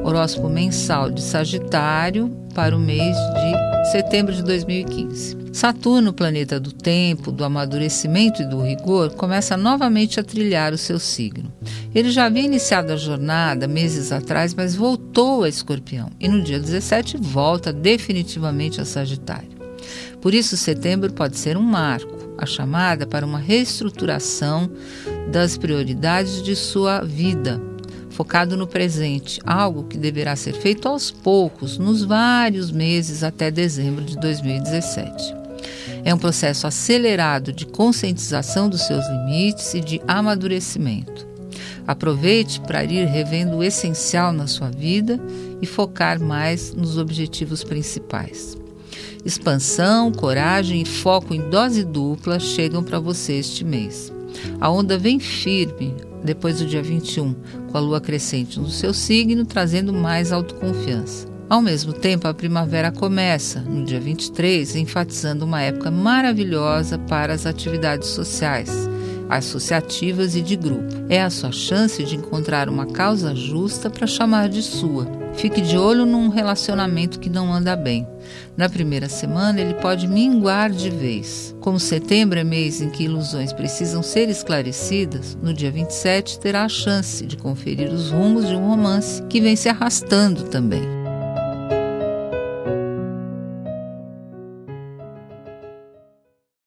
Horóscopo mensal de Sagitário para o mês de setembro de 2015. Saturno, planeta do tempo, do amadurecimento e do rigor, começa novamente a trilhar o seu signo. Ele já havia iniciado a jornada meses atrás, mas voltou a Escorpião e no dia 17 volta definitivamente a Sagitário. Por isso, setembro pode ser um marco, a chamada para uma reestruturação das prioridades de sua vida, focado no presente, algo que deverá ser feito aos poucos, nos vários meses até dezembro de 2017. É um processo acelerado de conscientização dos seus limites e de amadurecimento. Aproveite para ir revendo o essencial na sua vida e focar mais nos objetivos principais. Expansão, coragem e foco em dose dupla chegam para você este mês. A onda vem firme depois do dia 21, com a lua crescente no seu signo, trazendo mais autoconfiança. Ao mesmo tempo, a primavera começa, no dia 23, enfatizando uma época maravilhosa para as atividades sociais, associativas e de grupo. É a sua chance de encontrar uma causa justa para chamar de sua. Fique de olho num relacionamento que não anda bem. Na primeira semana, ele pode minguar de vez. Como setembro é mês em que ilusões precisam ser esclarecidas, no dia 27 terá a chance de conferir os rumos de um romance que vem se arrastando também.